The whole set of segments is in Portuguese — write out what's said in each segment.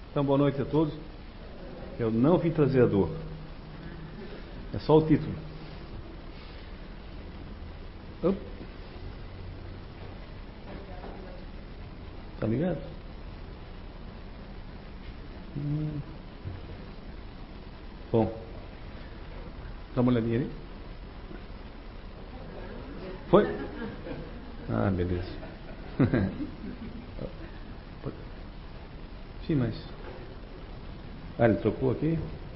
Então, boa noite a todos. Eu não vim trazer a dor. É só o título. Tá ligado? Bom, dá uma olhadinha ali. Foi? Ah, beleza. Sim, mas... Ah, ele trocou aqui?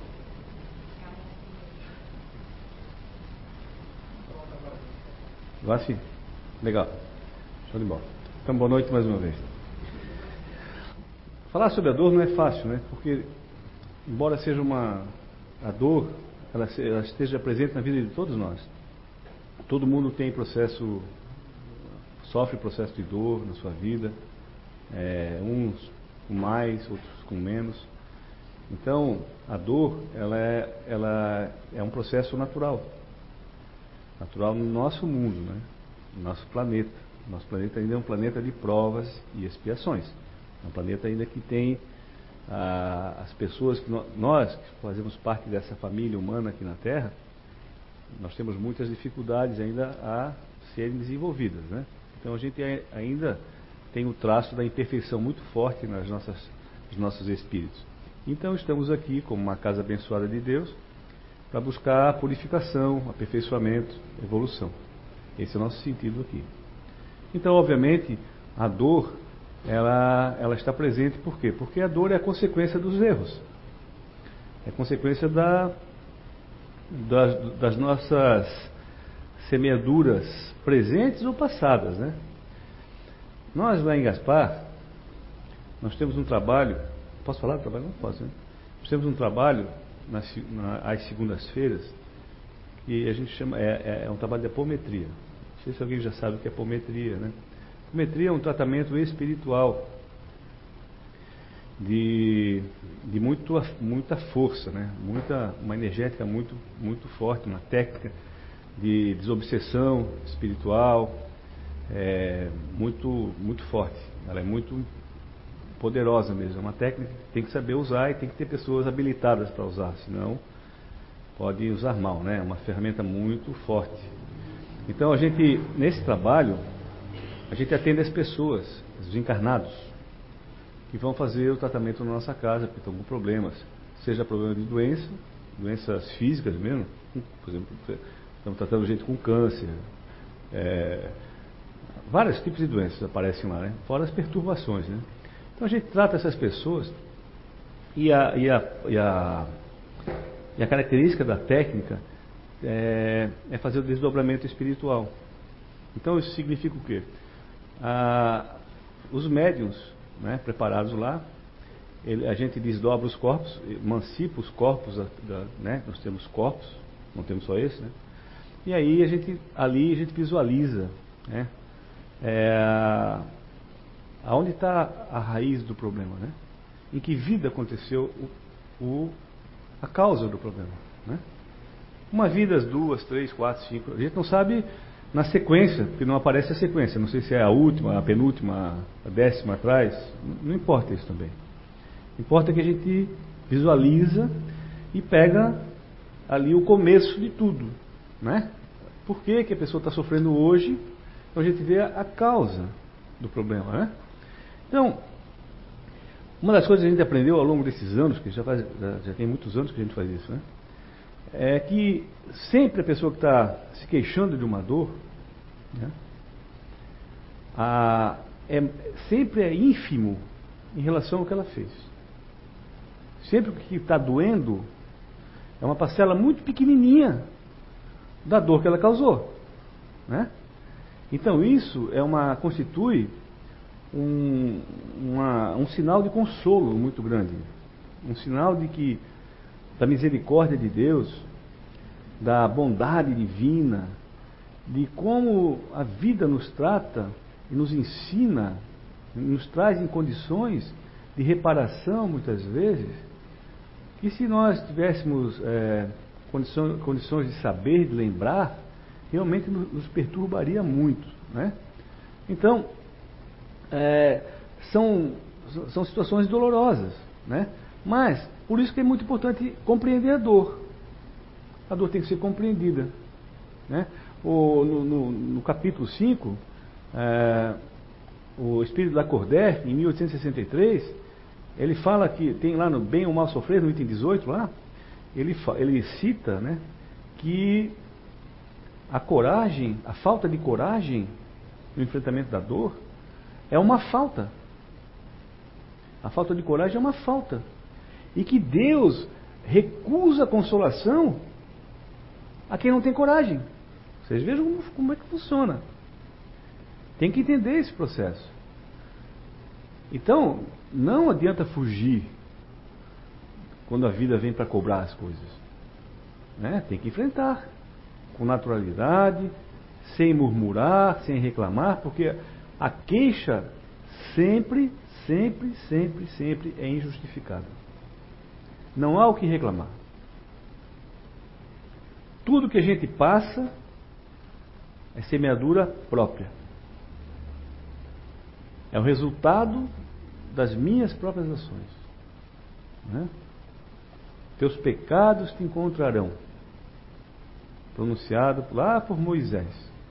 Vá sim. Legal. Show de bola. Então, boa noite mais uma vez. Falar sobre a dor não é fácil, né? Porque, embora seja a dor, ela esteja presente na vida de todos nós. Todo mundo tem sofre processo de dor na sua vida. Uns com mais, outros com menos. Então, a dor, ela é um processo natural no nosso mundo, né? No nosso planeta. Nosso planeta ainda é um planeta de provas e expiações. É um planeta ainda que tem as pessoas nós que fazemos parte dessa família humana aqui na Terra, nós temos muitas dificuldades ainda a serem desenvolvidas, né? Então a gente ainda tem o traço da imperfeição muito forte nos nossos espíritos. Então estamos aqui como uma casa abençoada de Deus para buscar a purificação, aperfeiçoamento, evolução. Esse é o nosso sentido aqui. Então, obviamente, a dor ela está presente por quê? Porque a dor é a consequência dos erros. É consequência das nossas semeaduras presentes ou passadas, né? Nós lá em Gaspar, nós temos um trabalho... Posso falar do trabalho? Não posso, né? Nós temos um trabalho às segundas-feiras que a gente chama... É um trabalho de apometria. Não sei se alguém já sabe o que é apometria, né? Apometria é um tratamento espiritual de muita força, né? Uma energética muito forte, uma técnica de desobsessão espiritual muito forte. Ela é muito poderosa mesmo. É uma técnica que tem que saber usar e tem que ter pessoas habilitadas para usar, senão pode usar mal, né? É uma ferramenta muito forte. Então a gente, nesse trabalho, a gente atende as pessoas, os encarnados, que vão fazer o tratamento na nossa casa, porque estão com problemas, seja problema de doenças físicas mesmo, por exemplo, estamos tratando gente com câncer, vários tipos de doenças aparecem lá, né? Fora as perturbações, né? Então a gente trata essas pessoas e a característica da técnica é fazer o desdobramento espiritual. Então isso significa o quê? Os médiuns, né, preparados lá, a gente desdobra os corpos, emancipa os corpos, né? Nós temos corpos, não temos só esse, né? E aí ali a gente visualiza, né? Aonde está a raiz do problema, né? Em que vida aconteceu a causa do problema, né? Uma vida, 2, 3, 4, 5, a gente não sabe na sequência, porque não aparece a sequência, não sei se é a última, a penúltima, a 10ª atrás, não importa isso também. Importa que a gente visualiza e pega ali o começo de tudo, né? Por que a pessoa está sofrendo hoje? Então a gente vê a causa do problema, né? Então, uma das coisas que a gente aprendeu ao longo desses anos, que já tem muitos anos que a gente faz isso, né? É que sempre a pessoa que está se queixando de uma dor, né, sempre é ínfimo em relação ao que ela fez. Sempre o que está doendo é uma parcela muito pequenininha da dor que ela causou, né? Então isso constitui um sinal de consolo muito grande, um sinal da misericórdia de Deus, da bondade divina, de como a vida nos trata e nos ensina, nos traz em condições de reparação muitas vezes, que se nós tivéssemos condições de saber, de lembrar, realmente nos perturbaria muito, né? Então, são situações dolorosas, né? Mas, por isso que é muito importante compreender a dor. A dor tem que ser compreendida, né? No capítulo 5, o Espírito Lacordaire, em 1863, ele fala que, tem lá no Bem ou Mal Sofrer, no item 18 lá, ele cita, né, que a coragem, a falta de coragem no enfrentamento da dor é uma falta. A falta de coragem é uma falta. E que Deus recusa a consolação a quem não tem coragem. Vocês vejam como é que funciona. Tem que entender esse processo. Então, não adianta fugir quando a vida vem para cobrar as coisas, né? Tem que enfrentar com naturalidade, sem murmurar, sem reclamar, porque a queixa sempre é injustificada. Não há o que reclamar. Tudo que a gente passa é semeadura própria. É o resultado das minhas próprias ações, né? Teus pecados te encontrarão. Pronunciado lá por Moisés.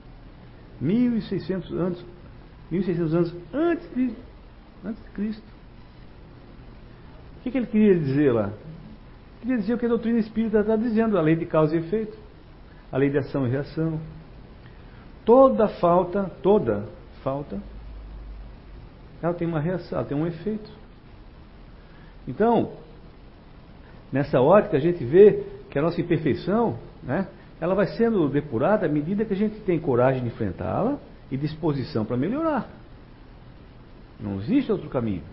1600 anos antes de Cristo. O que ele queria dizer lá? Queria dizer o que a doutrina espírita está dizendo, a lei de causa e efeito, a lei de ação e reação. Toda falta, ela tem uma reação, ela tem um efeito. Então, nessa ótica a gente vê que a nossa imperfeição, né, ela vai sendo depurada à medida que a gente tem coragem de enfrentá-la e disposição para melhorar. Não existe outro caminho.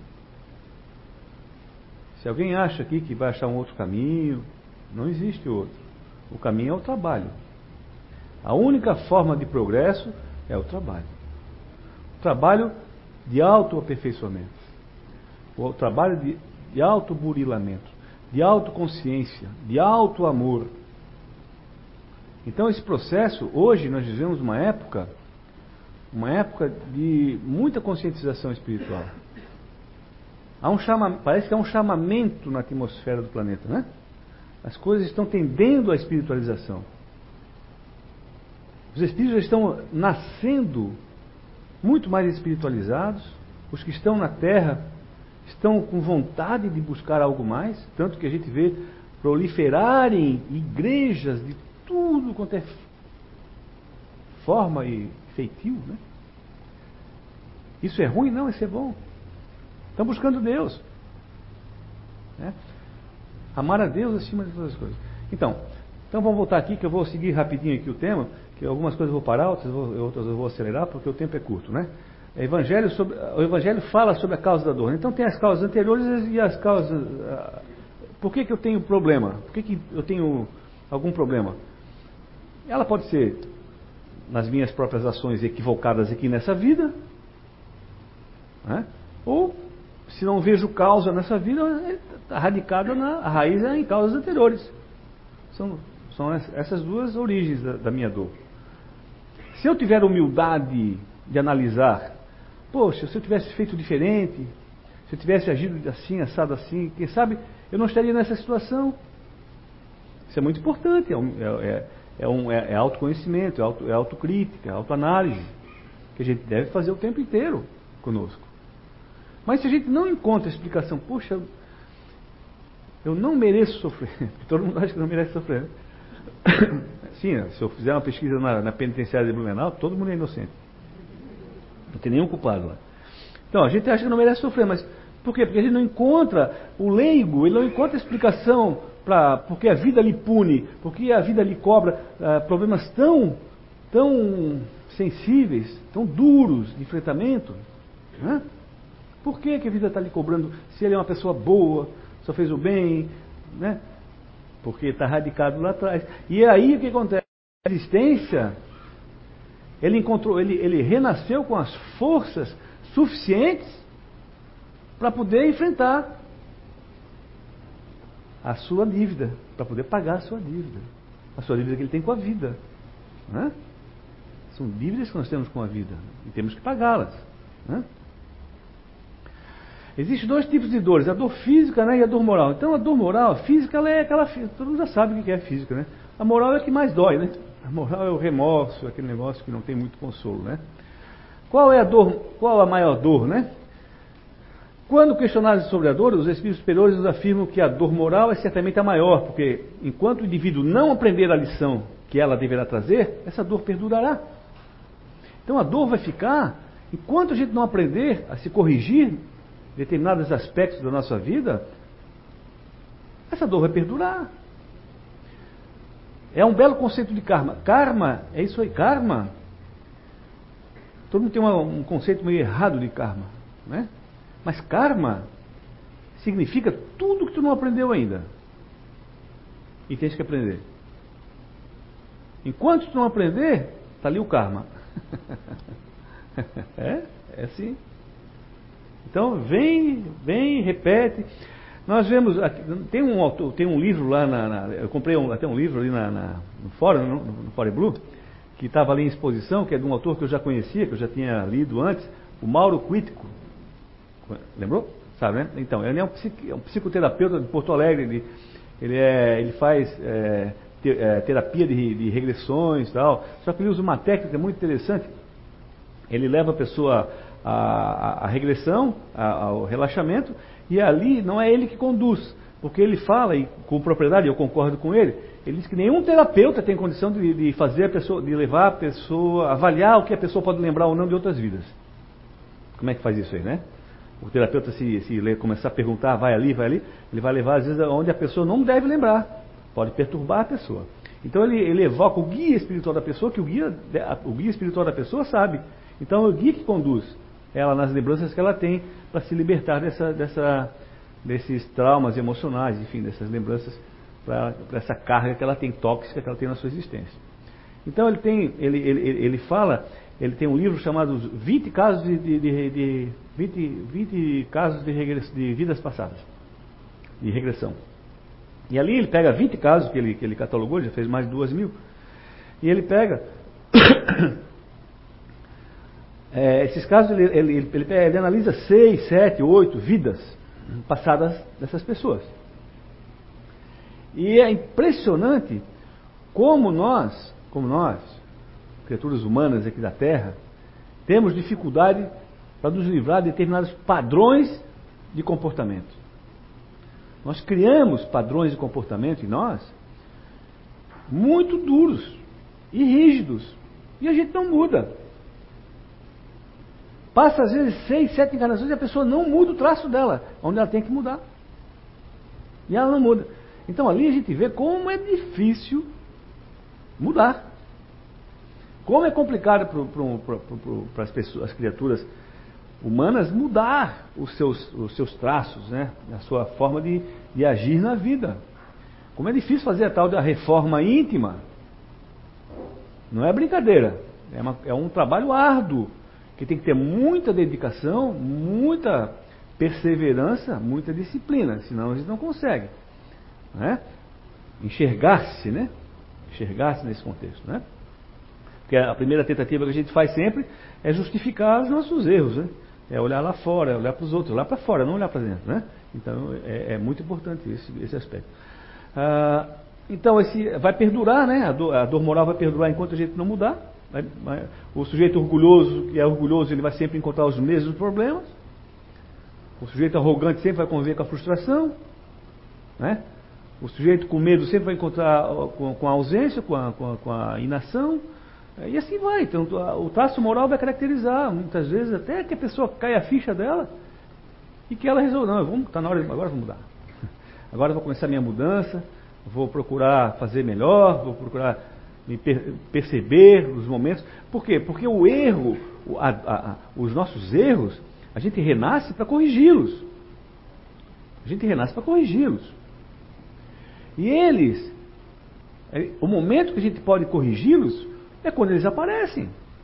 Se alguém acha aqui que vai achar um outro caminho, não existe outro. O caminho é o trabalho. A única forma de progresso é o trabalho. O trabalho de autoaperfeiçoamento. O trabalho de autoburilamento, de autoconsciência, de autoamor. Então esse processo, hoje nós vivemos uma época de muita conscientização espiritual. Parece que há um chamamento na atmosfera do planeta, né? As coisas estão tendendo à espiritualização. Os espíritos já estão nascendo muito mais espiritualizados. Os que estão na Terra estão com vontade de buscar algo mais, tanto que a gente vê proliferarem igrejas de tudo quanto é forma e feitio, né? Isso é ruim? Não, isso é bom. Estão buscando Deus, né? Amar a Deus acima de todas as coisas. Então vamos voltar aqui, que eu vou seguir rapidinho aqui o tema, que algumas coisas eu vou parar, outras eu vou acelerar, porque o tempo é curto, né? O Evangelho fala sobre a causa da dor. Então tem as causas anteriores e as causas... Por que eu tenho problema? Por que eu tenho algum problema? Ela pode ser nas minhas próprias ações equivocadas aqui nessa vida, né? Ou, se não vejo causa nessa vida, está radicada a raiz é em causas anteriores. São essas duas origens da minha dor. Se eu tiver humildade de analisar, poxa, se eu tivesse feito diferente, se eu tivesse agido assim, assado assim, quem sabe eu não estaria nessa situação. Isso é muito importante, é autoconhecimento, é autocrítica, é autoanálise, que a gente deve fazer o tempo inteiro conosco. Mas se a gente não encontra explicação, poxa, eu não mereço sofrer, porque todo mundo acha que não merece sofrer, né? Sim, se eu fizer uma pesquisa na penitenciária de Blumenau, todo mundo é inocente. Não tem nenhum culpado lá. Então, a gente acha que não merece sofrer, mas por quê? Porque a gente não encontra, o leigo, ele não encontra explicação para porque a vida lhe pune, porque a vida lhe cobra problemas tão sensíveis, tão duros de enfrentamento, né? Por que a vida está lhe cobrando se ele é uma pessoa boa, só fez o bem, né? Porque está radicado lá atrás. E aí o que acontece? A existência, ele renasceu com as forças suficientes para poder enfrentar a sua dívida, para poder pagar a sua dívida que ele tem com a vida, né? São dívidas que nós temos com a vida e temos que pagá-las, né? Existem dois tipos de dores, a dor física, né, e a dor moral. Então a dor moral, a física, ela é aquela, todo mundo já sabe o que é física, né? A moral é a que mais dói, né? A moral é o remorso, aquele negócio que não tem muito consolo, né? Qual é a dor, qual a maior dor, né? Quando questionados sobre a dor, os espíritos superiores nos afirmam que a dor moral é certamente a maior, porque enquanto o indivíduo não aprender a lição que ela deverá trazer, essa dor perdurará. Então a dor vai ficar, enquanto a gente não aprender a se corrigir determinados aspectos da nossa vida, essa dor vai perdurar. É um belo conceito de karma. Karma, é isso aí, karma. Todo mundo tem um conceito meio errado de karma, né? Mas karma significa tudo que tu não aprendeu ainda. E tens que aprender. Enquanto tu não aprender, está ali o karma. É assim. Então vem, repete. Nós vemos, tem um autor, tem um livro lá, eu comprei até um livro ali no Fórum, no Fórum Blue, que estava ali em exposição, que é de um autor que eu já conhecia, que eu já tinha lido antes, o Mauro Quitico. Lembrou? Sabe, né? Então, ele é um psicoterapeuta de Porto Alegre, ele faz terapia de regressões e tal, só que ele usa uma técnica muito interessante. Ele leva a pessoa à regressão, ao relaxamento, e ali não é ele que conduz, porque ele fala, e com propriedade, eu concordo com ele diz que nenhum terapeuta tem condição de fazer a pessoa, de levar a pessoa, avaliar o que a pessoa pode lembrar ou não de outras vidas. Como é que faz isso aí, né? O terapeuta, se começar a perguntar, vai ali, ele vai levar às vezes onde a pessoa não deve lembrar, pode perturbar a pessoa. Então ele evoca o guia espiritual da pessoa, que o guia espiritual da pessoa sabe. Então é o guia que conduz ela nas lembranças que ela tem para se libertar desses traumas emocionais, enfim, dessas lembranças, para essa carga que ela tem tóxica, que ela tem na sua existência. Então ele tem um livro chamado 20 casos de 20 casos de vidas passadas, de regressão. E ali ele pega 20 casos que ele catalogou, já fez mais de 2.000, e ele pega esses casos, ele analisa 6, 7, 8 vidas passadas dessas pessoas. E é impressionante como nós, criaturas humanas aqui da Terra, temos dificuldade para nos livrar de determinados padrões de comportamento. Nós criamos padrões de comportamento em nós muito duros e rígidos, e a gente não muda. Passa às vezes 6, 7 encarnações e a pessoa não muda o traço dela, onde ela tem que mudar. E ela não muda. Então ali a gente vê como é difícil mudar. Como é complicado para as criaturas humanas mudar os seus traços, né? A sua forma de agir na vida. Como é difícil fazer a tal da reforma íntima. Não é brincadeira. É um trabalho árduo, que tem que ter muita dedicação, muita perseverança, muita disciplina, senão a gente não consegue, né? Enxergar-se, né? Enxergar-se nesse contexto, né? Porque a primeira tentativa que a gente faz sempre é justificar os nossos erros, né? É olhar lá fora, é olhar para os outros, olhar para fora, não olhar para dentro, né? Então é muito importante esse aspecto. Então vai perdurar, né? A dor moral vai perdurar enquanto a gente não mudar. O sujeito orgulhoso, que é orgulhoso, ele vai sempre encontrar os mesmos problemas. O sujeito arrogante sempre vai conviver com a frustração, né? O sujeito com medo sempre vai encontrar com a ausência, com a inação, e assim vai. Então o traço moral vai caracterizar, muitas vezes, até que a pessoa caia a ficha dela e que ela resolva, não, está na hora, agora eu vou mudar. Agora eu vou começar a minha mudança, vou procurar fazer melhor, vou procurar me perceber os momentos. Por quê? Porque o erro, os nossos erros, a gente renasce para corrigi-los. A gente renasce para corrigi-los. E eles, o momento que a gente pode corrigi-los é quando eles aparecem.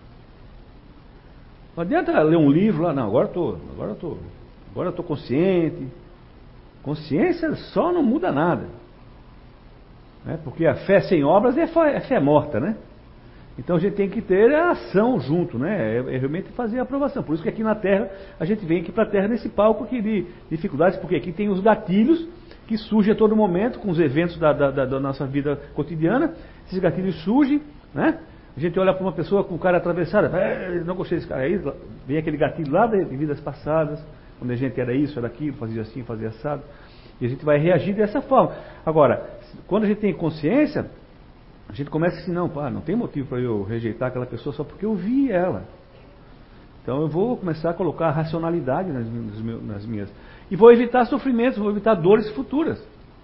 Não adianta ler um livro lá, não, agora eu estou consciente. Consciência só não muda nada. Né? Porque a fé sem obras é fé morta, né? Então a gente tem que ter a ação junto, né? É realmente fazer a aprovação. Por isso que aqui na Terra, a gente vem aqui para a Terra nesse palco aqui de dificuldades, porque aqui tem os gatilhos que surgem a todo momento com os eventos da nossa vida cotidiana. Esses gatilhos surgem, né? A gente olha para uma pessoa com o cara atravessado, não gostei desse cara aí, vem aquele gatilho lá de vidas passadas, quando a gente era isso, era aquilo, fazia assim, fazia assado, e a gente vai reagir dessa forma. Agora, quando a gente tem consciência, a gente começa assim, não tem motivo para eu rejeitar aquela pessoa só porque eu vi ela. Então eu vou começar a colocar racionalidade nas minhas. E vou evitar sofrimentos, vou evitar dores futuras.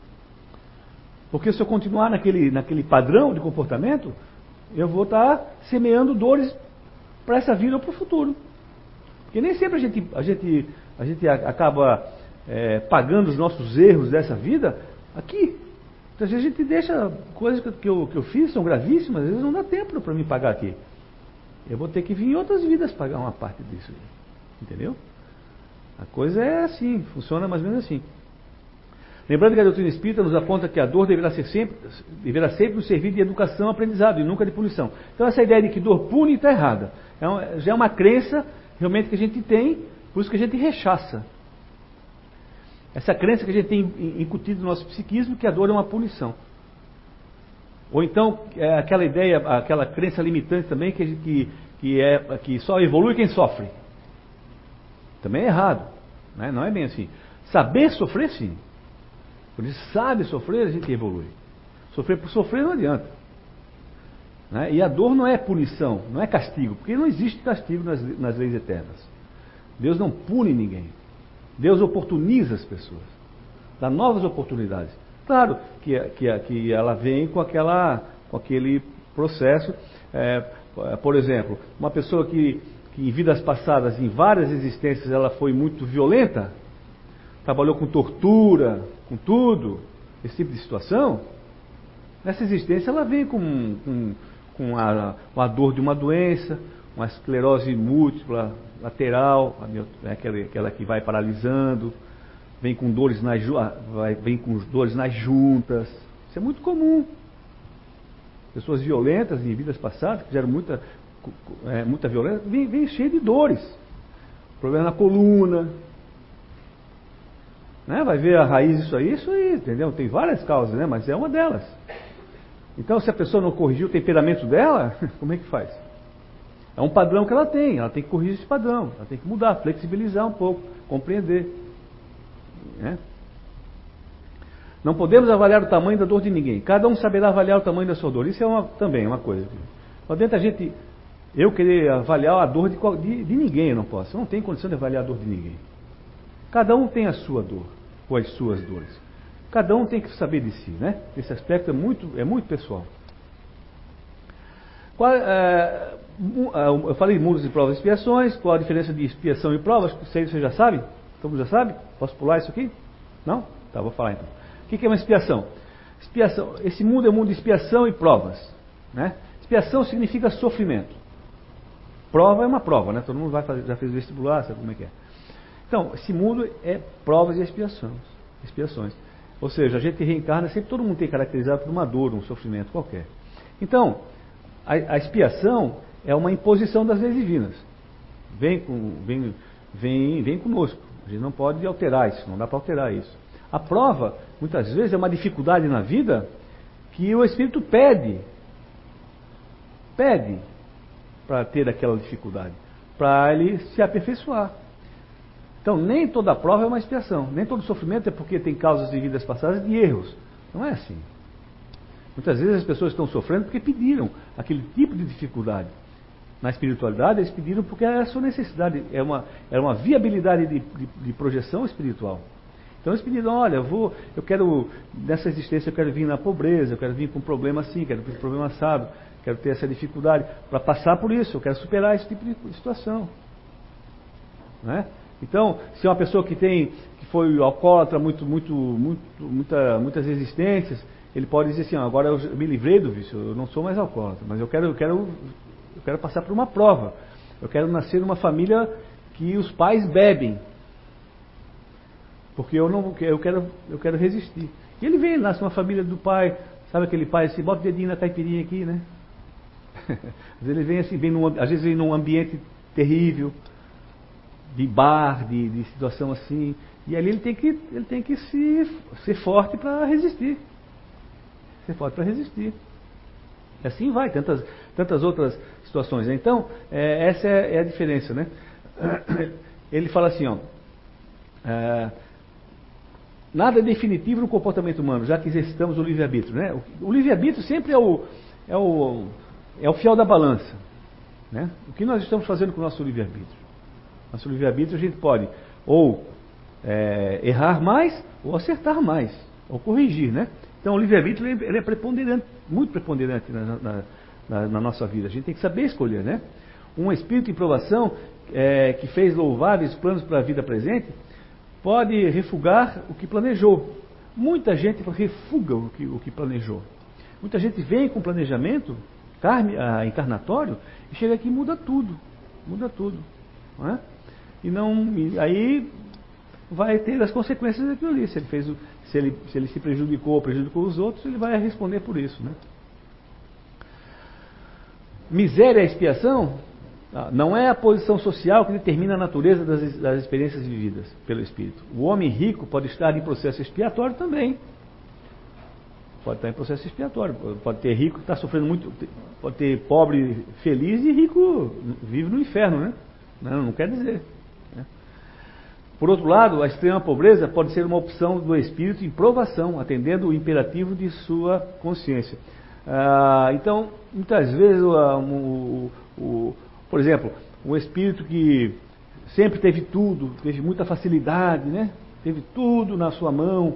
Porque se eu continuar naquele padrão de comportamento, eu vou estar semeando dores para essa vida ou para o futuro. Porque nem sempre a gente acaba pagando os nossos erros dessa vida aqui. Então, às vezes a gente deixa coisas que eu fiz, são gravíssimas, às vezes não dá tempo para mim pagar aqui. Eu vou ter que vir em outras vidas pagar uma parte disso. Entendeu? A coisa é assim, funciona mais ou menos assim. Lembrando que a doutrina espírita nos aponta que a dor deverá sempre nos servir de educação, aprendizado e nunca de punição. Então essa ideia de que dor pune está errada. Já é uma crença realmente que a gente tem, por isso que a gente rechaça. Essa crença que a gente tem incutido no nosso psiquismo que a dor é uma punição. Ou então aquela ideia, aquela crença limitante também que só evolui quem sofre. Também é errado. Né? Não é bem assim. Saber sofrer, sim. Quando a gente sabe sofrer, a gente evolui. Sofrer por sofrer não adianta. Né? E a dor não é punição, não é castigo, porque não existe castigo nas leis eternas. Deus não pune ninguém. Deus oportuniza as pessoas, dá novas oportunidades. Claro que ela vem com aquele processo. Por exemplo, uma pessoa que em vidas passadas, em várias existências, ela foi muito violenta, trabalhou com tortura, com tudo, esse tipo de situação, nessa existência ela vem com a dor de uma doença, uma esclerose múltipla, lateral, aquela que vai paralisando, vem com dores nas juntas. Isso é muito comum. Pessoas violentas em vidas passadas, que fizeram muita violência, vem cheio de dores. Problema na coluna. Né? Vai ver a raiz disso aí, entendeu? Tem várias causas, né? Mas é uma delas. Então, se a pessoa não corrigir o temperamento dela, como é que faz? É um padrão que ela tem que corrigir esse padrão, ela tem que mudar, flexibilizar um pouco, compreender. Né? Não podemos avaliar o tamanho da dor de ninguém. Cada um saberá avaliar o tamanho da sua dor. Isso também é uma coisa. Não adianta eu querer avaliar a dor de ninguém, eu não posso. Eu não tenho condição de avaliar a dor de ninguém. Cada um tem a sua dor, ou as suas dores. Cada um tem que saber de si, né? Esse aspecto é muito pessoal. Eu falei mundos de provas e expiações. Qual a diferença de expiação e provas? Você já sabe? Todo mundo já sabe? Posso pular isso aqui? Não? Tá, vou falar então. O que é uma expiação? Esse mundo é um mundo de expiação e provas. Né? Expiação significa sofrimento. Prova é uma prova, né? Todo mundo já fez vestibular, sabe como é que é. Então, esse mundo é provas e expiações. Ou seja, a gente reencarna, sempre todo mundo tem caracterizado por uma dor, um sofrimento qualquer. Então, a expiação é uma imposição das leis divinas. Vem conosco. A gente não pode alterar isso, não dá para alterar isso. A prova, muitas vezes, é uma dificuldade na vida que o Espírito pede para ter aquela dificuldade, para ele se aperfeiçoar. Então, nem toda prova é uma expiação, nem todo sofrimento é porque tem causas de vidas passadas de erros. Não é assim. Muitas vezes as pessoas estão sofrendo porque pediram aquele tipo de dificuldade. Na espiritualidade, eles pediram porque era a sua necessidade, era uma viabilidade de projeção espiritual. Então eles pediram, olha, eu quero, nessa existência eu quero vir na pobreza, eu quero vir com um problema assim, quero vir com um problema assado, quero ter essa dificuldade, para passar por isso, eu quero superar esse tipo de situação. Né? Então, se é uma pessoa que foi alcoólatra muitas existências, ele pode dizer assim, agora eu me livrei do vício, eu não sou mais alcoólatra, mas eu quero passar por uma prova. Eu quero nascer numa família que os pais bebem. Porque eu quero resistir. E ele nasce numa família do pai, sabe aquele pai assim, bota o dedinho na caipirinha aqui, né? Às vezes ele vem assim, às vezes vem num ambiente terrível, de bar, de situação assim, e ali ele tem que ser forte para resistir. Ser forte para resistir. E assim vai, tantas outras situações. Então, essa é a diferença, né? Ele fala assim, ó, nada é definitivo no comportamento humano, já que exercitamos o livre-arbítrio, né? O livre-arbítrio sempre é o fiel da balança, né? O que nós estamos fazendo com o nosso livre-arbítrio? Nosso livre-arbítrio a gente pode ou errar mais, ou acertar mais, ou corrigir, né? Então o livre-arbítrio ele é preponderante, muito preponderante na nossa vida. A gente tem que saber escolher, né? Um espírito em provação que fez louváveis planos para a vida presente pode refugar o que planejou. Muita gente refuga o que planejou. Muita gente vem com planejamento encarnatório e chega aqui e muda tudo. Muda tudo. Não é? E aí vai ter as consequências daquilo ali. Se ele se prejudicou os outros, ele vai responder por isso, né? Miséria e expiação não é a posição social que determina a natureza das experiências vividas pelo espírito. O homem rico pode estar em processo expiatório também. Pode estar em processo expiatório. Pode ter rico que está sofrendo muito. Pode ter pobre feliz e rico vive no inferno, né? Não quer dizer. Né? Por outro lado, a extrema pobreza pode ser uma opção do espírito em provação, atendendo o imperativo de sua consciência. Então, muitas vezes, por exemplo, um espírito que sempre teve tudo, teve muita facilidade, né? Teve tudo na sua mão,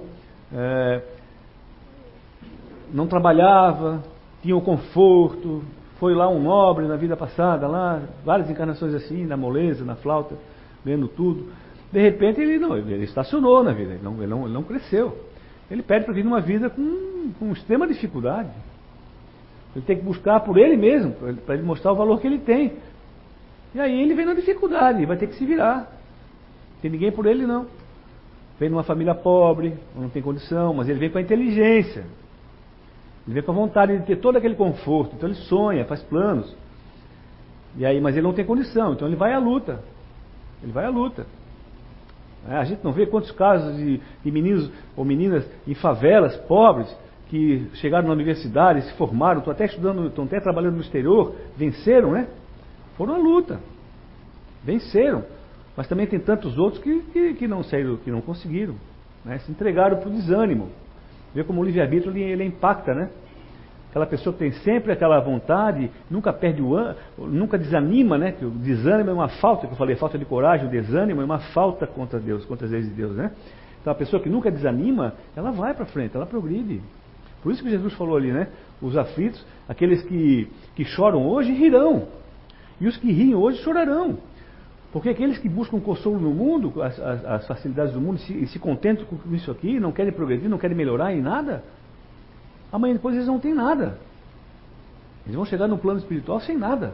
não trabalhava, tinha o conforto, foi lá um nobre na vida passada, lá, várias encarnações assim, na moleza, na flauta, vendo tudo. De repente ele estacionou na vida, ele não cresceu. Ele pede para vir numa vida com extrema dificuldade. Ele tem que buscar por ele mesmo, para ele mostrar o valor que ele tem. E aí ele vem na dificuldade, vai ter que se virar. Não tem ninguém por ele não. Vem numa família pobre, não tem condição, mas ele vem com a inteligência. Ele vem com a vontade de ter todo aquele conforto. Então ele sonha, faz planos. E aí, mas ele não tem condição, então ele vai à luta. Ele vai à luta. A gente não vê quantos casos de meninos ou meninas em favelas, pobres, que chegaram na universidade, se formaram, estão até estudando, estão até trabalhando no exterior, venceram, né? Foram à luta. Venceram. Mas também tem tantos outros que não saíram, que não conseguiram, né? Se entregaram para o desânimo. Vê como o livre-arbítrio ele impacta, né? Aquela pessoa que tem sempre aquela vontade, nunca perde nunca desanima, né? Que o desânimo é uma falta, que eu falei, falta de coragem, o desânimo é uma falta contra Deus, contra as leis de Deus, né? Então a pessoa que nunca desanima, ela vai para frente, ela progride. Por isso que Jesus falou ali, né? Os aflitos, aqueles que choram hoje rirão, e os que riem hoje chorarão. Porque aqueles que buscam consolo no mundo, as facilidades do mundo, e se contentam com isso aqui, não querem progredir, não querem melhorar em nada, amanhã depois eles não têm nada. Eles vão chegar no plano espiritual sem nada.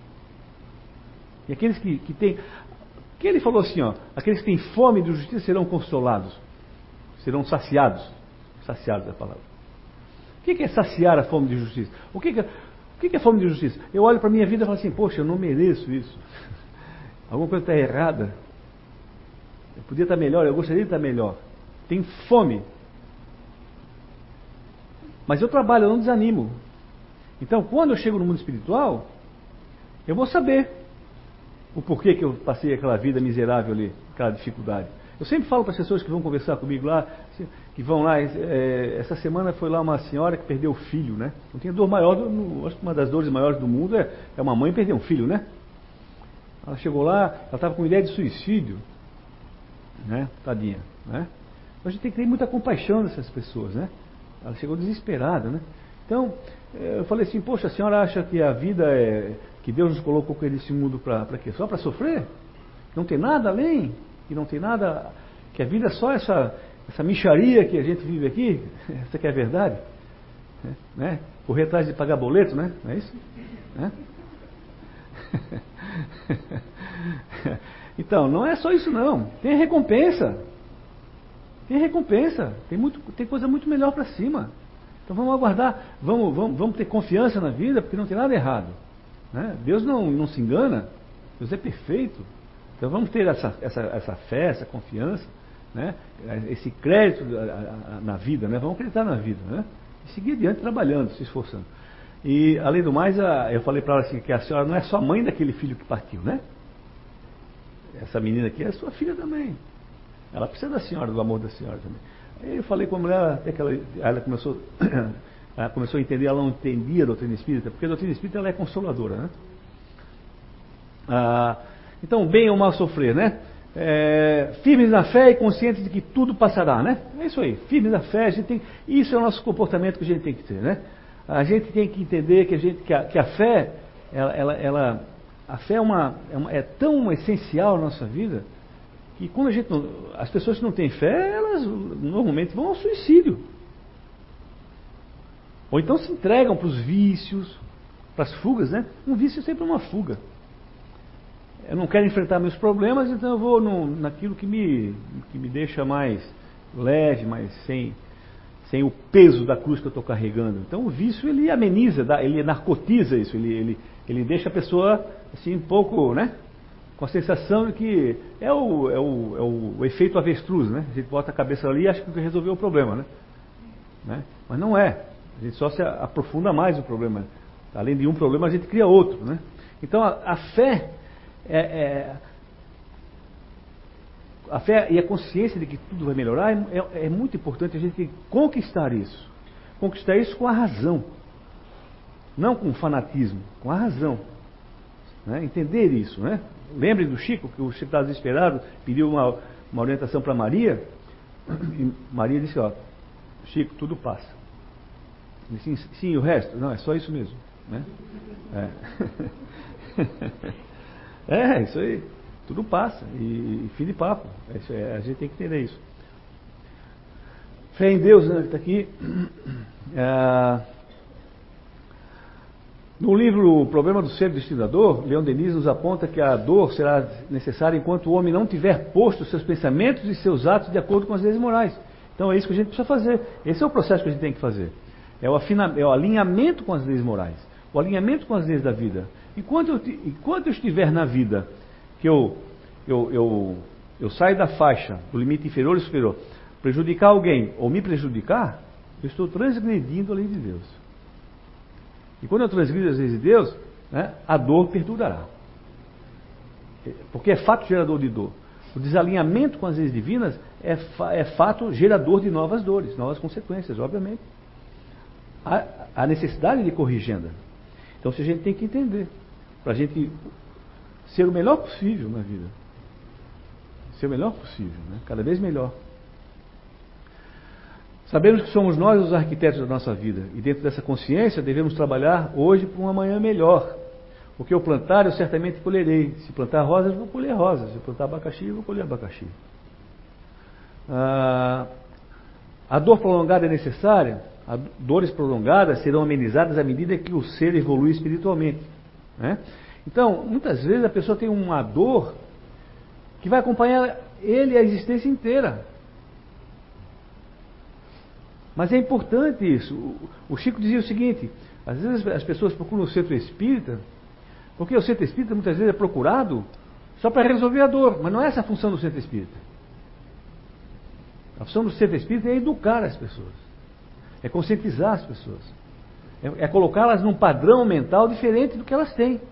E aqueles que têm... Que ele falou assim, ó, aqueles que têm fome de justiça serão consolados, serão saciados. Saciados é a palavra. O que é saciar a fome de justiça? O que é fome de justiça? Eu olho para a minha vida e falo assim, poxa, eu não mereço isso. Alguma coisa está errada. Eu podia estar melhor, eu gostaria de estar melhor. Tenho fome. Mas eu trabalho, eu não desanimo. Então, quando eu chego no mundo espiritual, eu vou saber o porquê que eu passei aquela vida miserável ali, aquela dificuldade. Eu sempre falo para as pessoas que vão conversar comigo lá, que vão lá, essa semana foi lá uma senhora que perdeu o filho, né? Não tinha dor maior, acho que uma das dores maiores do mundo é uma mãe perder um filho, né? Ela chegou lá, ela estava com ideia de suicídio, né? Tadinha, né? A gente tem que ter muita compaixão dessas pessoas, né? Ela chegou desesperada, né? Então, eu falei assim, poxa, a senhora acha que a vida que Deus nos colocou nesse mundo para quê? Só para sofrer? Não tem nada além? Que não tem nada, que a vida é só essa mixaria que a gente vive aqui? Essa que é a verdade? Né? Correr atrás de pagar boleto, né? Não é isso? Né? Então, não é só isso não. Tem recompensa. Tem recompensa. Tem coisa muito melhor para cima. Então vamos aguardar, vamos ter confiança na vida, porque não tem nada errado. Né? Deus não se engana, Deus é perfeito. Então vamos ter essa fé, essa confiança, né? Esse crédito na vida, né? Vamos acreditar na vida, né? E seguir adiante trabalhando, se esforçando. E além do mais, eu falei para ela assim, que a senhora não é só mãe daquele filho que partiu, né? Essa menina aqui é sua filha também. Ela precisa da senhora, do amor da senhora também. Aí eu falei com a mulher, até que ela começou a entender, ela não entendia a doutrina espírita, porque a doutrina espírita ela é consoladora, né? Então, bem ou mal sofrer, né? Firmes na fé e conscientes de que tudo passará, né? É isso aí, firmes na fé, isso é o nosso comportamento que a gente tem que ter, né? A gente tem que entender que a fé, a fé é tão essencial na nossa vida, que quando as pessoas que não têm fé, elas normalmente vão ao suicídio. Ou então se entregam para os vícios, para as fugas, né? Um vício é sempre uma fuga. Eu não quero enfrentar meus problemas, então eu vou naquilo que me deixa mais leve, mais sem o peso da cruz que eu estou carregando. Então o vício ele ameniza, ele narcotiza isso, ele deixa a pessoa assim um pouco, né? Com a sensação de que é o efeito avestruz, né? A gente bota a cabeça ali e acha que resolveu o problema, né? Mas não é. A gente só se aprofunda mais o problema. Além de um problema, a gente cria outro, né? Então a fé a fé e a consciência de que tudo vai melhorar é muito importante a gente conquistar isso. Conquistar isso com a razão. Não com o fanatismo, com a razão. Né? Entender isso, né? Lembre do Chico, que o Chico estava desesperado, pediu uma orientação para Maria, e Maria disse, ó, Chico, tudo passa. Ele disse, sim, o resto? Não, é só isso mesmo. Né? Isso aí. Tudo passa. E fim de papo. A gente tem que entender isso. Fé em Deus, né? Está aqui. No livro O Problema do Ser Destinador, Leon Denis nos aponta que a dor será necessária enquanto o homem não tiver posto seus pensamentos e seus atos de acordo com as leis morais. Então é isso que a gente precisa fazer. Esse é o processo que a gente tem que fazer. É o alinhamento com as leis morais. O alinhamento com as leis da vida. Enquanto eu estiver na vida, que eu saio da faixa, do limite inferior e superior, prejudicar alguém ou me prejudicar, eu estou transgredindo a lei de Deus. E quando eu transgrido as leis de Deus, né, a dor perdurará. Porque é fato gerador de dor. O desalinhamento com as leis divinas é fato gerador de novas dores, novas consequências, obviamente. Há necessidade de corrigenda. Então, a gente tem que entender, para a gente ser o melhor possível na vida. Ser o melhor possível, né? Cada vez melhor. Sabemos que somos nós os arquitetos da nossa vida, e dentro dessa consciência devemos trabalhar hoje por um amanhã melhor. O que eu plantar, eu certamente colherei. Se plantar rosas, vou colher rosas. Se plantar abacaxi, eu vou colher abacaxi. A dor prolongada é necessária. Dores prolongadas serão amenizadas à medida que o ser evolui espiritualmente. Né? Então, muitas vezes a pessoa tem uma dor que vai acompanhar ele a existência inteira. Mas é importante isso. O Chico dizia o seguinte, às vezes as pessoas procuram o centro espírita, porque o centro espírita muitas vezes é procurado só para resolver a dor, mas não é essa a função do centro espírita. A função do centro espírita é educar as pessoas, é conscientizar as pessoas, é colocá-las num padrão mental diferente do que elas têm,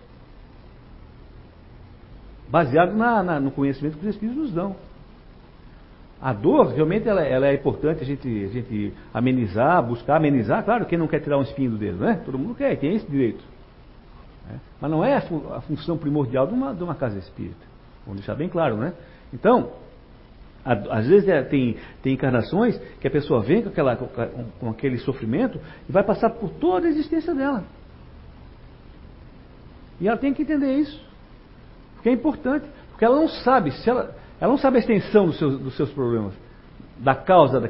baseado no conhecimento que os espíritos nos dão. A dor, realmente, ela é importante a gente amenizar, buscar amenizar. Claro, quem não quer tirar um espinho do dedo, né? Todo mundo quer, tem esse direito. Né? Mas não é a função primordial de uma casa espírita. Vamos deixar bem claro, né? Então, às vezes tem encarnações que a pessoa vem com aquele sofrimento e vai passar por toda a existência dela. E ela tem que entender isso. Porque é importante. Porque ela não sabe, ela não sabe a extensão dos seus problemas, da causa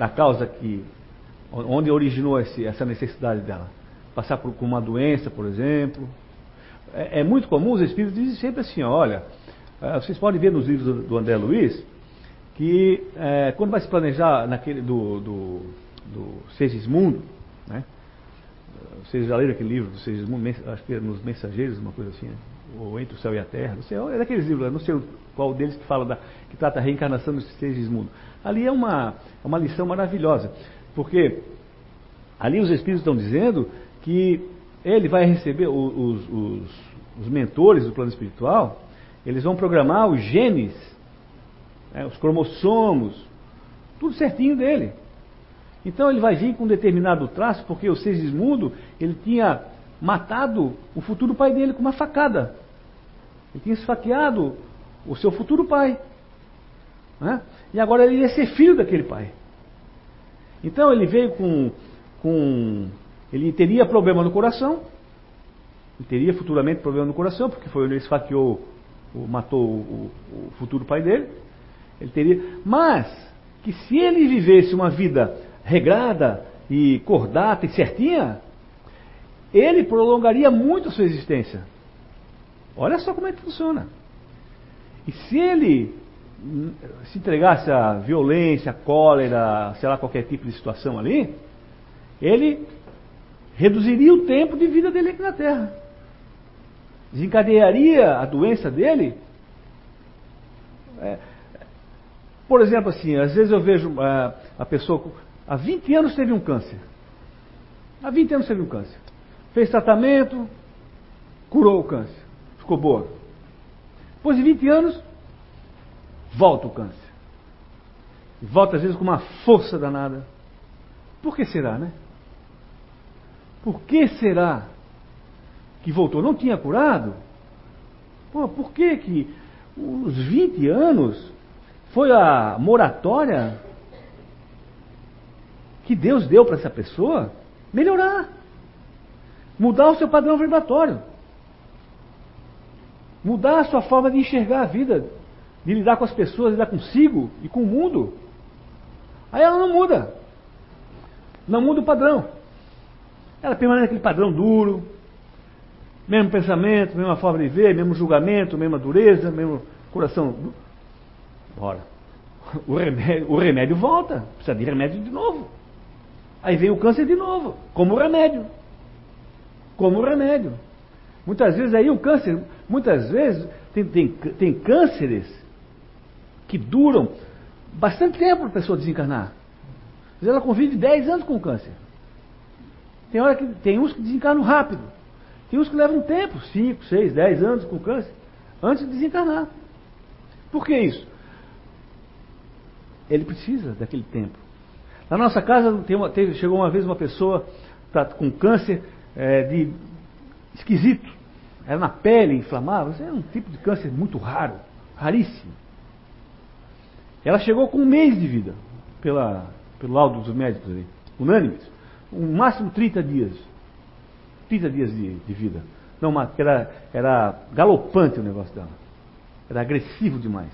onde originou essa necessidade dela. Passar por uma doença, por exemplo. É muito comum, os espíritos dizem sempre assim, olha, vocês podem ver nos livros do André Luiz, que quando vai se planejar naquele do Segismundo, né? Vocês já leram aquele livro, acho que é Nos Mensageiros, uma coisa assim, né? Ou Entre o Céu e a Terra, não sei, é daqueles livros, não sei qual deles que fala que trata a reencarnação dos seres mundo. Ali é uma lição maravilhosa, porque ali os espíritos estão dizendo que ele vai receber, os mentores do plano espiritual, eles vão programar os genes, né, os cromossomos, tudo certinho dele. Então ele vai vir com um determinado traço, porque o Segismundo, ele tinha matado o futuro pai dele com uma facada. Ele tinha esfaqueado o seu futuro pai, né? E agora ele ia ser filho daquele pai. Então ele veio ele teria problema no coração, ele teria futuramente problema no coração, porque foi onde ele esfaqueou, matou o futuro pai dele. Ele teria, mas que se ele vivesse uma vida regrada e cordata e certinha, ele prolongaria muito a sua existência. Olha só como é que funciona. E se ele se entregasse à violência, à cólera, sei lá, qualquer tipo de situação ali, ele reduziria o tempo de vida dele aqui na Terra. Desencadearia a doença dele. Por exemplo, assim, às vezes eu vejo a pessoa, há 20 anos teve um câncer. Há 20 anos teve um câncer. Fez tratamento, curou o câncer. Ficou boa. Depois de 20 anos, volta o câncer. E volta às vezes com uma força danada. Por que será, né? Por que será que voltou? Não tinha curado? Pô, por que os 20 anos foi a moratória que Deus deu para essa pessoa melhorar? Mudar o seu padrão vibratório. Mudar a sua forma de enxergar a vida, de lidar com as pessoas, lidar consigo e com o mundo. Aí ela não muda. Não muda o padrão. Ela permanece naquele padrão duro, mesmo pensamento, mesma forma de ver, mesmo julgamento, mesma dureza, mesmo coração. Ora, o remédio volta, precisa de remédio de novo. Aí vem o câncer de novo, como remédio. Como remédio. Muitas vezes aí o câncer, tem cânceres que duram bastante tempo para a pessoa desencarnar. Às vezes ela convive 10 anos com o câncer. Tem uns que desencarnam rápido. Tem uns que levam um tempo, 5, 6, 10 anos com câncer, antes de desencarnar. Por que isso? Ele precisa daquele tempo. Na nossa casa chegou uma vez uma pessoa com câncer esquisito. Era na pele, inflamável. Era um tipo de câncer muito raro, raríssimo. Ela chegou com 1 mês de vida, pelo laudo dos médicos ali, unânimes. No máximo 30 dias. 30 dias de vida. Não, era galopante o negócio dela. Era agressivo demais.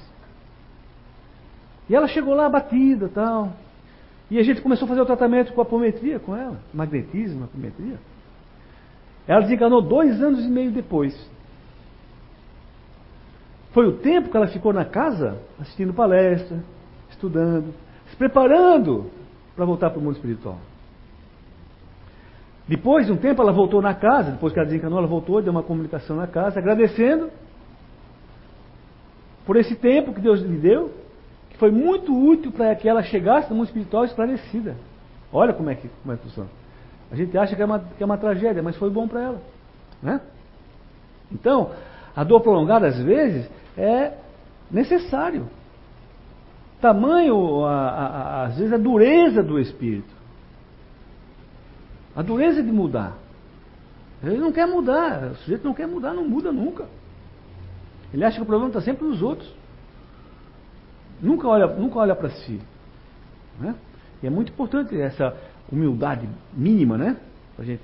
E ela chegou lá abatida e tal. E a gente começou a fazer o tratamento com apometria com ela. Magnetismo, apometria. Ela desencarnou 2 anos e meio depois. Foi o tempo que ela ficou na casa, assistindo palestra, estudando, se preparando para voltar para o mundo espiritual. Depois de um tempo ela voltou na casa, depois que ela desencarnou, ela voltou, deu uma comunicação na casa, agradecendo por esse tempo que Deus lhe deu, que foi muito útil para que ela chegasse no mundo espiritual esclarecida. Olha como é que funciona. A gente acha que é uma tragédia, mas foi bom para ela, né? Então, a dor prolongada às vezes é necessário. Tamanho, às vezes, a dureza do espírito. A dureza de mudar. Ele não quer mudar. O sujeito não quer mudar, não muda nunca. Ele acha que o problema está sempre nos outros. Nunca olha para si. Né? E é muito importante essa humildade mínima, né? A gente...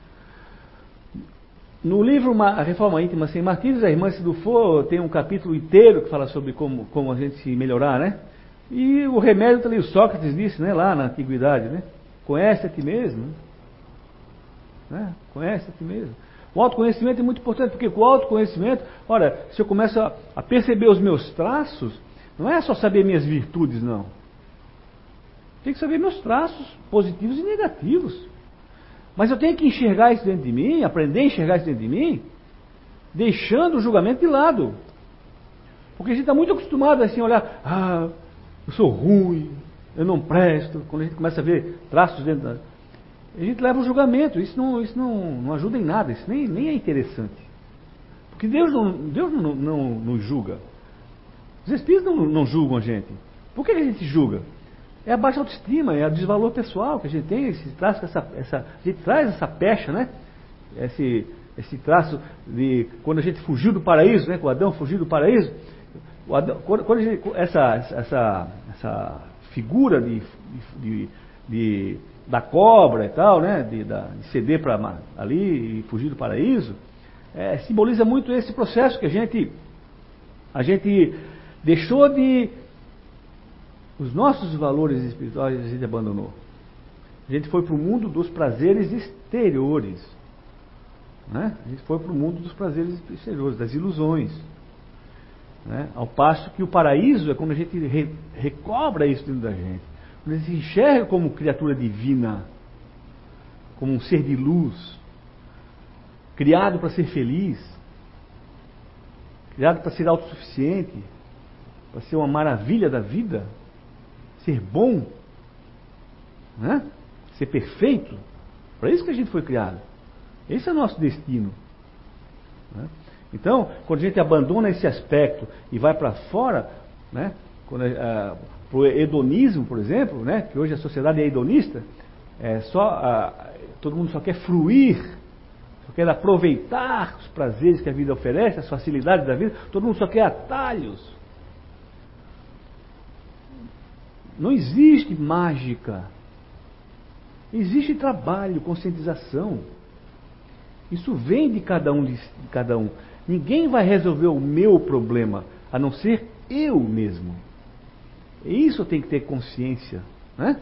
No livro A Reforma Íntima Sem Martírios, a irmã Sidufo tem um capítulo inteiro que fala sobre como a gente se melhorar, né? E o remédio também, o Sócrates disse, né? Lá na antiguidade, né? Conhece a ti mesmo. Né? Conhece a ti mesmo. O autoconhecimento é muito importante, porque com o autoconhecimento, olha, se eu começo a perceber os meus traços, não é só saber minhas virtudes, não. Tem que saber meus traços positivos e negativos. Mas eu tenho que enxergar isso dentro de mim, aprender a enxergar isso dentro de mim, deixando o julgamento de lado. Porque a gente está muito acostumado assim a olhar, eu sou ruim, eu não presto. Quando a gente começa a ver traços dentro da... A gente leva o julgamento, isso não ajuda em nada, isso nem é interessante. Porque Deus não julga. Os Espíritos não julgam a gente. Por que a gente julga? É a baixa autoestima, é o desvalor pessoal que a gente tem, a gente traz essa pecha, né? Esse traço de quando a gente fugiu do paraíso, né? Quando Adão fugiu do paraíso, essa figura da cobra e tal, né? De ceder para ali e fugir do paraíso, simboliza muito esse processo que a gente deixou de... Os nossos valores espirituais a gente abandonou. A gente foi para o mundo dos prazeres exteriores. Né? A gente foi para o mundo dos prazeres exteriores, das ilusões. Né? Ao passo que o paraíso é quando a gente recobra isso dentro da gente. Quando a gente se enxerga como criatura divina, como um ser de luz, criado para ser feliz, criado para ser autossuficiente, para ser uma maravilha da vida, ser bom, né? Ser perfeito. Para isso que a gente foi criado. Esse é o nosso destino. Né? Então, quando a gente abandona esse aspecto e vai para fora, né? Para o hedonismo, por exemplo, né? Que hoje a sociedade é hedonista, todo mundo só quer fruir, só quer aproveitar os prazeres que a vida oferece, as facilidades da vida, todo mundo só quer atalhos. Não existe mágica. Existe trabalho, conscientização. Isso vem de cada um. Ninguém vai resolver o meu problema, a não ser eu mesmo. E isso tem que ter consciência, né?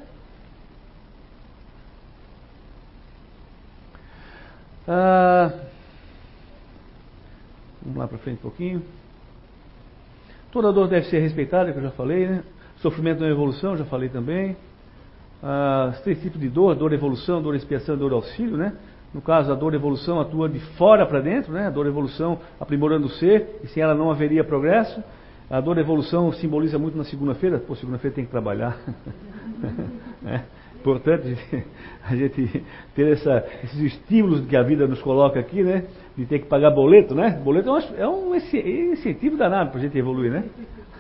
Vamos lá para frente um pouquinho. Toda dor deve ser respeitada, que eu já falei, né? Sofrimento não é evolução, já falei também. Os 3 tipos de dor: dor evolução, dor expiação, dor auxílio, né? No caso, a dor evolução atua de fora para dentro, né? A dor evolução aprimorando o ser, e sem ela não haveria progresso. A dor evolução simboliza muito na segunda-feira. Pô, segunda-feira tem que trabalhar. Importante a gente ter esses estímulos que a vida nos coloca aqui, né? De ter que pagar boleto, né? Boleto é um incentivo danado para a gente evoluir, né?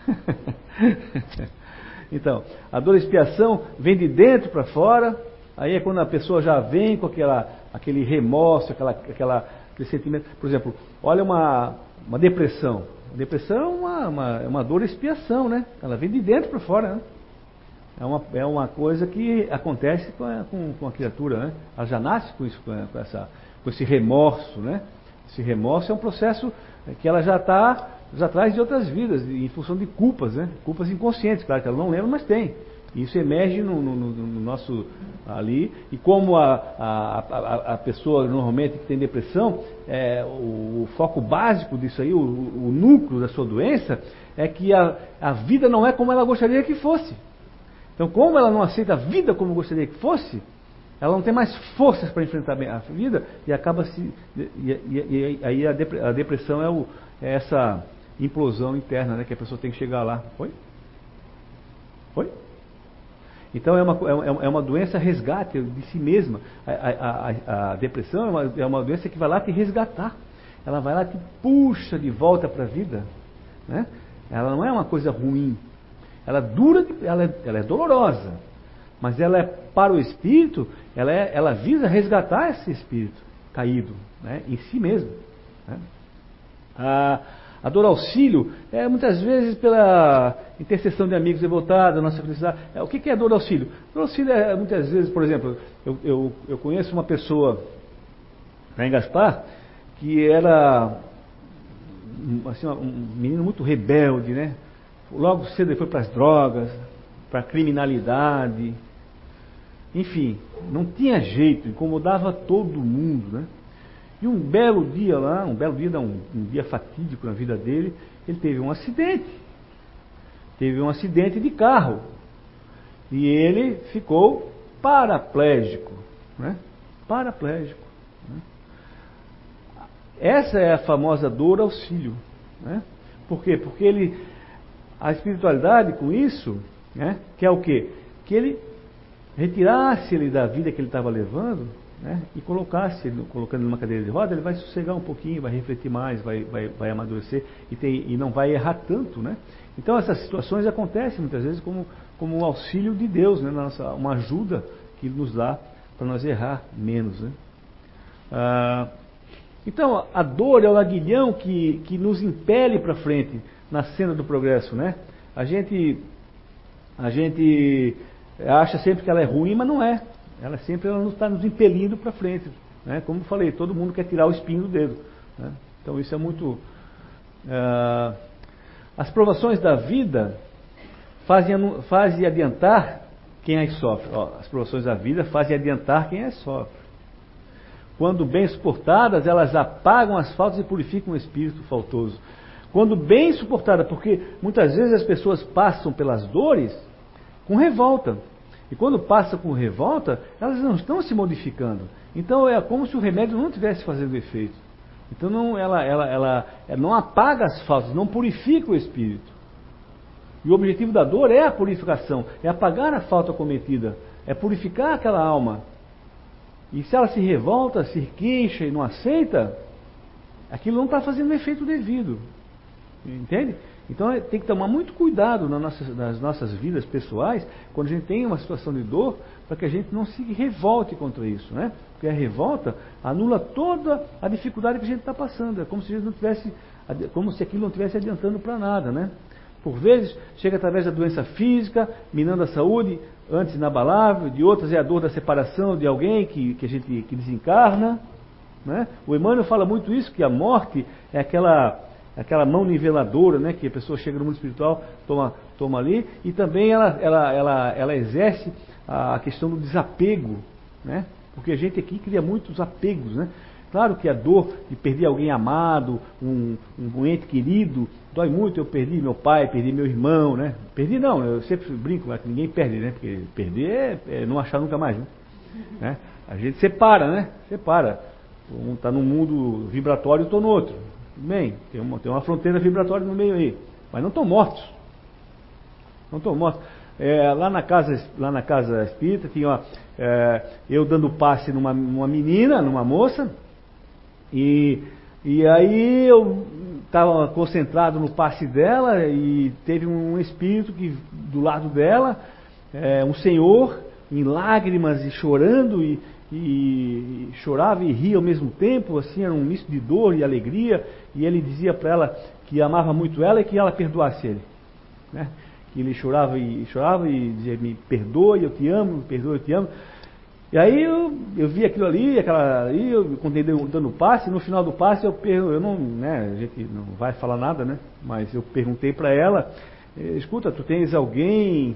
Então, a dor expiação vem de dentro para fora. Aí é quando a pessoa já vem com aquele remorso, aquele sentimento. Por exemplo, olha uma depressão. A depressão é uma dor expiação, né? Ela vem de dentro para fora, né? É uma coisa que acontece com a criatura, né? Ela já nasce com isso, com esse remorso, né? Esse remorso é um processo que ela já traz de outras vidas, em função de culpas, né? Culpas inconscientes, claro que ela não lembra, mas tem. Isso emerge no nosso ali, e como a pessoa normalmente que tem depressão, o foco básico disso aí, o núcleo da sua doença, é que a vida não é como ela gostaria que fosse. Então, como ela não aceita a vida como gostaria que fosse, ela não tem mais forças para enfrentar a vida e acaba aí a depressão é essa implosão interna, né, que a pessoa tem que chegar lá. Foi? Então é uma doença resgate de si mesma. A depressão é uma doença que vai lá te resgatar. Ela vai lá te puxa de volta para a vida, né? Ela não é uma coisa ruim. Ela é dolorosa, mas ela é para o espírito, ela visa resgatar esse espírito caído, né, em si mesmo, né? A dor auxílio é muitas vezes pela intercessão de amigos devotados, nossa felicidade. O que é dor auxílio? Dor auxílio é muitas vezes, por exemplo, eu conheço uma pessoa lá em Gaspar que era assim, um menino muito rebelde, né? Logo cedo ele foi para as drogas, para a criminalidade, enfim, não tinha jeito, incomodava todo mundo, né? E um belo dia lá, um dia fatídico na vida dele, ele teve um acidente de carro, e ele ficou paraplégico, né? Paraplégico. Né? Essa é a famosa dor auxílio. Né? Por quê? Porque a espiritualidade com isso, né, que é o quê? Que ele retirasse ele da vida que ele estava levando, né, e colocando numa cadeira de roda, ele vai sossegar um pouquinho, vai refletir mais, vai amadurecer e não vai errar tanto. Né? Então essas situações acontecem muitas vezes como um auxílio de Deus, né, uma ajuda que Ele nos dá para nós errar menos. Né? Então a dor é o aguilhão que nos impele para frente na cena do progresso. Né? A gente acha sempre que ela é ruim, mas não é. Ela está nos impelindo para frente. Né? Como eu falei, todo mundo quer tirar o espinho do dedo. Né? Então isso é muito... As provações da vida fazem adiantar quem as sofre. As provações da vida fazem adiantar quem as sofre. Quando bem suportadas, elas apagam as faltas e purificam o espírito faltoso. Quando bem suportadas, porque muitas vezes as pessoas passam pelas dores com revolta. E quando passa com revolta, elas não estão se modificando. Então é como se o remédio não estivesse fazendo efeito. Então ela não apaga as faltas, não purifica o espírito. E o objetivo da dor é a purificação, é apagar a falta cometida, é purificar aquela alma. E se ela se revolta, se queixa e não aceita, aquilo não está fazendo o efeito devido. Entende? Então tem que tomar muito cuidado nas nossas vidas pessoais, quando a gente tem uma situação de dor, para que a gente não se revolte contra isso, né? Porque a revolta anula toda a dificuldade que a gente está passando. É como se aquilo não estivesse adiantando para nada, né? Por vezes chega através da doença física, minando a saúde, antes inabalável, de outras é a dor da separação de alguém que desencarna, né? O Emmanuel fala muito isso, que a morte é aquela mão niveladora, né, que a pessoa chega no mundo espiritual, toma ali, e também ela exerce a questão do desapego, né, porque a gente aqui cria muitos apegos, né. Claro que a dor de perder alguém amado, um ente querido, dói muito. Eu perdi meu pai, perdi meu irmão, né, perdi não, eu sempre brinco lá que ninguém perde, né, porque perder é não achar nunca mais, né, a gente separa, né, um está num mundo vibratório, estou no outro. Bem, tem uma fronteira vibratória no meio aí, mas não estão mortos. Não estão mortos. Lá na casa espírita tinha eu dando passe numa menina, numa moça, e aí eu estava concentrado no passe dela e teve um espírito que do lado dela, um senhor em lágrimas e chorando e chorava e ria ao mesmo tempo, assim, era um misto de dor e alegria, e ele dizia para ela que amava muito ela e que ela perdoasse ele, né? Que ele chorava e dizia, me perdoe, eu te amo, me perdoe, eu te amo. E aí eu vi aquilo ali, eu continuei dando passe, no final do passe eu não, né, a gente não vai falar nada, né, mas eu perguntei para ela, escuta, tu tens alguém,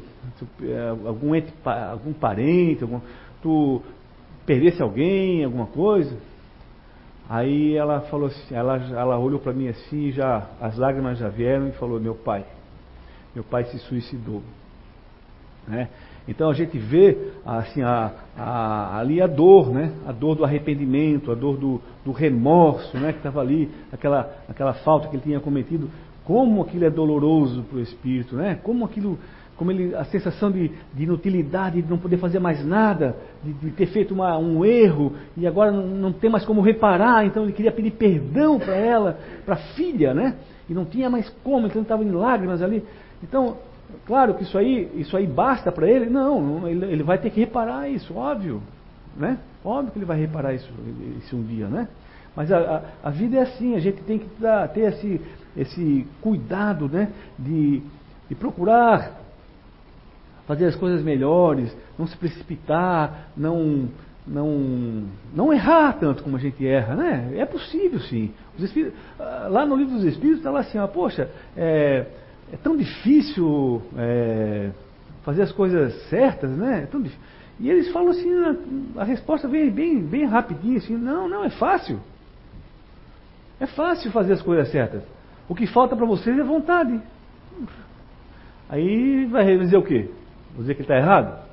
algum parente, tu perdesse alguém, alguma coisa? Aí ela falou assim, ela olhou para mim assim, já as lágrimas já vieram e falou, meu pai se suicidou, né? Então a gente vê assim ali a dor, né? A dor do arrependimento, a dor do remorso, né? Que estava ali, aquela falta que ele tinha cometido, como aquilo é doloroso para o espírito, né? Como a sensação de inutilidade, de não poder fazer mais nada, de ter feito um erro e agora não tem mais como reparar, então ele queria pedir perdão para ela, para a filha, né? E não tinha mais como, então ele estava em lágrimas ali. Então, claro que isso aí basta para ele? Não, ele vai ter que reparar isso, óbvio, né? Óbvio que ele vai reparar isso um dia, né? Mas a vida é assim, a gente tem que ter esse cuidado, né? De procurar fazer as coisas melhores, não se precipitar, não errar tanto como a gente erra, né? É possível sim. Lá no livro dos Espíritos está lá assim, poxa, é tão difícil fazer as coisas certas, né? E eles falam assim, a resposta vem bem rapidinho, assim, não, é fácil. É fácil fazer as coisas certas. O que falta para vocês é vontade. Aí vai dizer o quê? Vou dizer que está errado?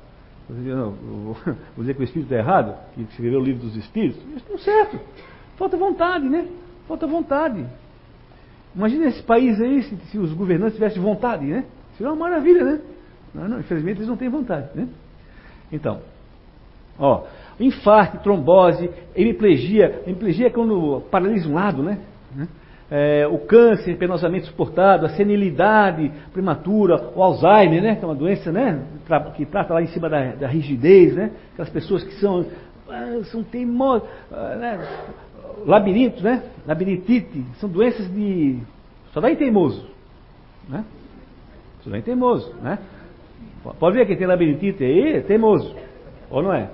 Não, vou dizer que o Espírito está errado, que escreveu o livro dos Espíritos. Eles estão certo. Falta vontade, né? Falta vontade. Imagina esse país aí, se os governantes tivessem vontade, né? Seria uma maravilha, né? Não, infelizmente eles não têm vontade, né? Então, infarto, trombose, hemiplegia. Hemiplegia é quando paralisa um lado, né? O câncer penosamente suportado, a senilidade prematura, o Alzheimer, né? Que é uma doença, né? Que trata lá em cima da rigidez, né? Aquelas pessoas que são teimosas, né? Labirinto, né? Labirintite, são doenças de... Só dá em teimoso, né? Só dá em teimoso, né? Pode ver quem tem labirintite aí, é teimoso, ou não é?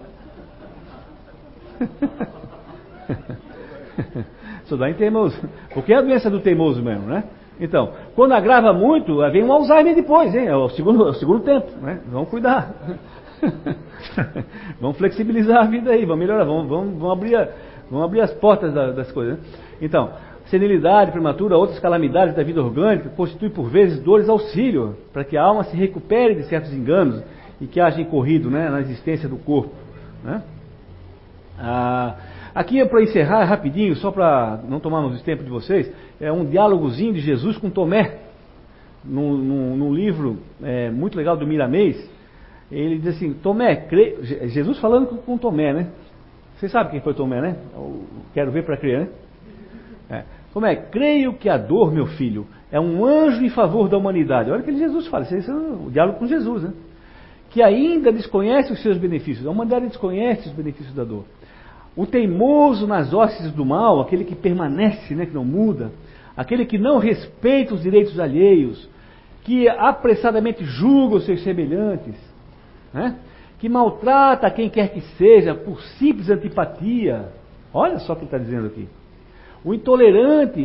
Só dá em teimoso, porque é a doença do teimoso mesmo, né? Então, quando agrava muito, vem um Alzheimer depois, hein? É o segundo tempo, né? Vamos cuidar. Vamos flexibilizar a vida aí, vamos melhorar, vamos abrir as portas das coisas, né? Então, senilidade prematura, outras calamidades da vida orgânica, constitui por vezes dores auxílio, para que a alma se recupere de certos enganos e que haja incorrido, né, na existência do corpo, né? Aqui é para encerrar rapidinho, só para não tomarmos o tempo de vocês, é um diálogozinho de Jesus com Tomé, num livro muito legal do Miramês. Ele diz assim: Tomé, Jesus falando com Tomé, né? Vocês sabem quem foi Tomé, né? Quero ver para crer, né? Tomé, creio que a dor, meu filho, é um anjo em favor da humanidade. Olha o que Jesus fala, isso é o diálogo com Jesus, né? Que ainda desconhece os seus benefícios. A humanidade desconhece os benefícios da dor. O teimoso nas hostes do mal, aquele que permanece, né, que não muda, aquele que não respeita os direitos alheios, que apressadamente julga os seus semelhantes, né, que maltrata quem quer que seja por simples antipatia. Olha só o que ele está dizendo aqui. O intolerante,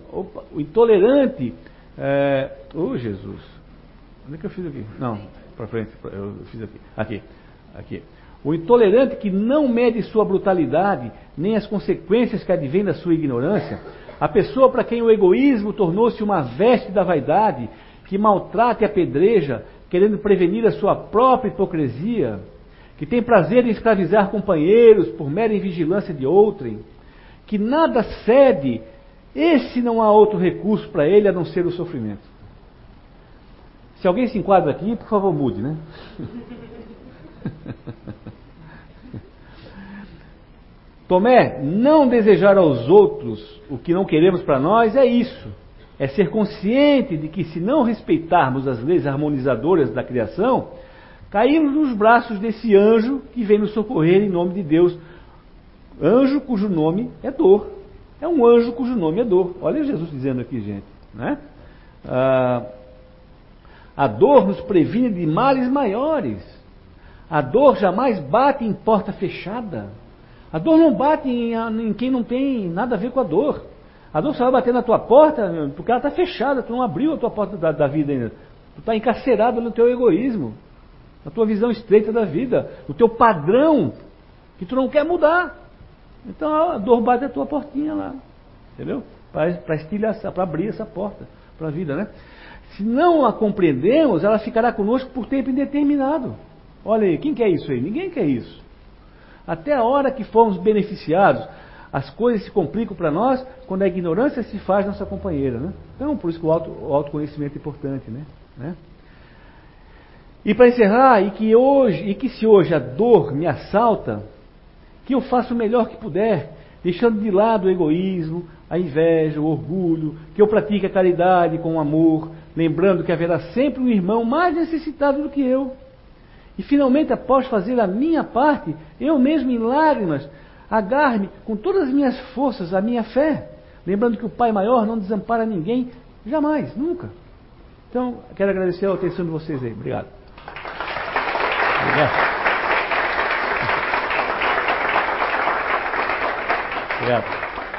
Jesus, onde é que eu fiz aqui? Não, para frente, eu fiz aqui. O intolerante que não mede sua brutalidade, nem as consequências que advêm da sua ignorância, a pessoa para quem o egoísmo tornou-se uma veste da vaidade, que maltrata e apedreja, querendo prevenir a sua própria hipocrisia, que tem prazer em escravizar companheiros por mera invigilância de outrem, que nada cede, esse não há outro recurso para ele a não ser o sofrimento. Se alguém se enquadra aqui, por favor, mude, né? Tomé, não desejar aos outros o que não queremos para nós é isso. É ser consciente de que se não respeitarmos as leis harmonizadoras da criação, caímos nos braços desse anjo que vem nos socorrer em nome de Deus. Anjo cujo nome é dor. É um anjo cujo nome é dor. Olha Jesus dizendo aqui, gente, né? A dor nos previne de males maiores. A dor jamais bate em porta fechada. A dor não bate em quem não tem nada a ver com a dor. A dor só vai bater na tua porta porque ela está fechada, tu não abriu a tua porta da vida ainda. Tu está encarcerado no teu egoísmo, na tua visão estreita da vida, no teu padrão que tu não quer mudar. Então a dor bate a tua portinha lá, entendeu? Para estilhaçar, para abrir essa porta para a vida, né? Se não a compreendemos, ela ficará conosco por tempo indeterminado. Olha aí, quem quer isso aí? Ninguém quer isso. Até a hora que formos beneficiados, as coisas se complicam para nós quando a ignorância se faz nossa companheira, né? Então, por isso que o autoconhecimento é importante, né? E para encerrar, e que se hoje a dor me assalta, que eu faça o melhor que puder, deixando de lado o egoísmo, a inveja, o orgulho, que eu pratique a caridade com amor, lembrando que haverá sempre um irmão mais necessitado do que eu. E finalmente, após fazer a minha parte, eu mesmo em lágrimas, agarre-me com todas as minhas forças à minha fé, lembrando que o Pai Maior não desampara ninguém, jamais, nunca. Então, quero agradecer a atenção de vocês aí. Obrigado. Obrigado.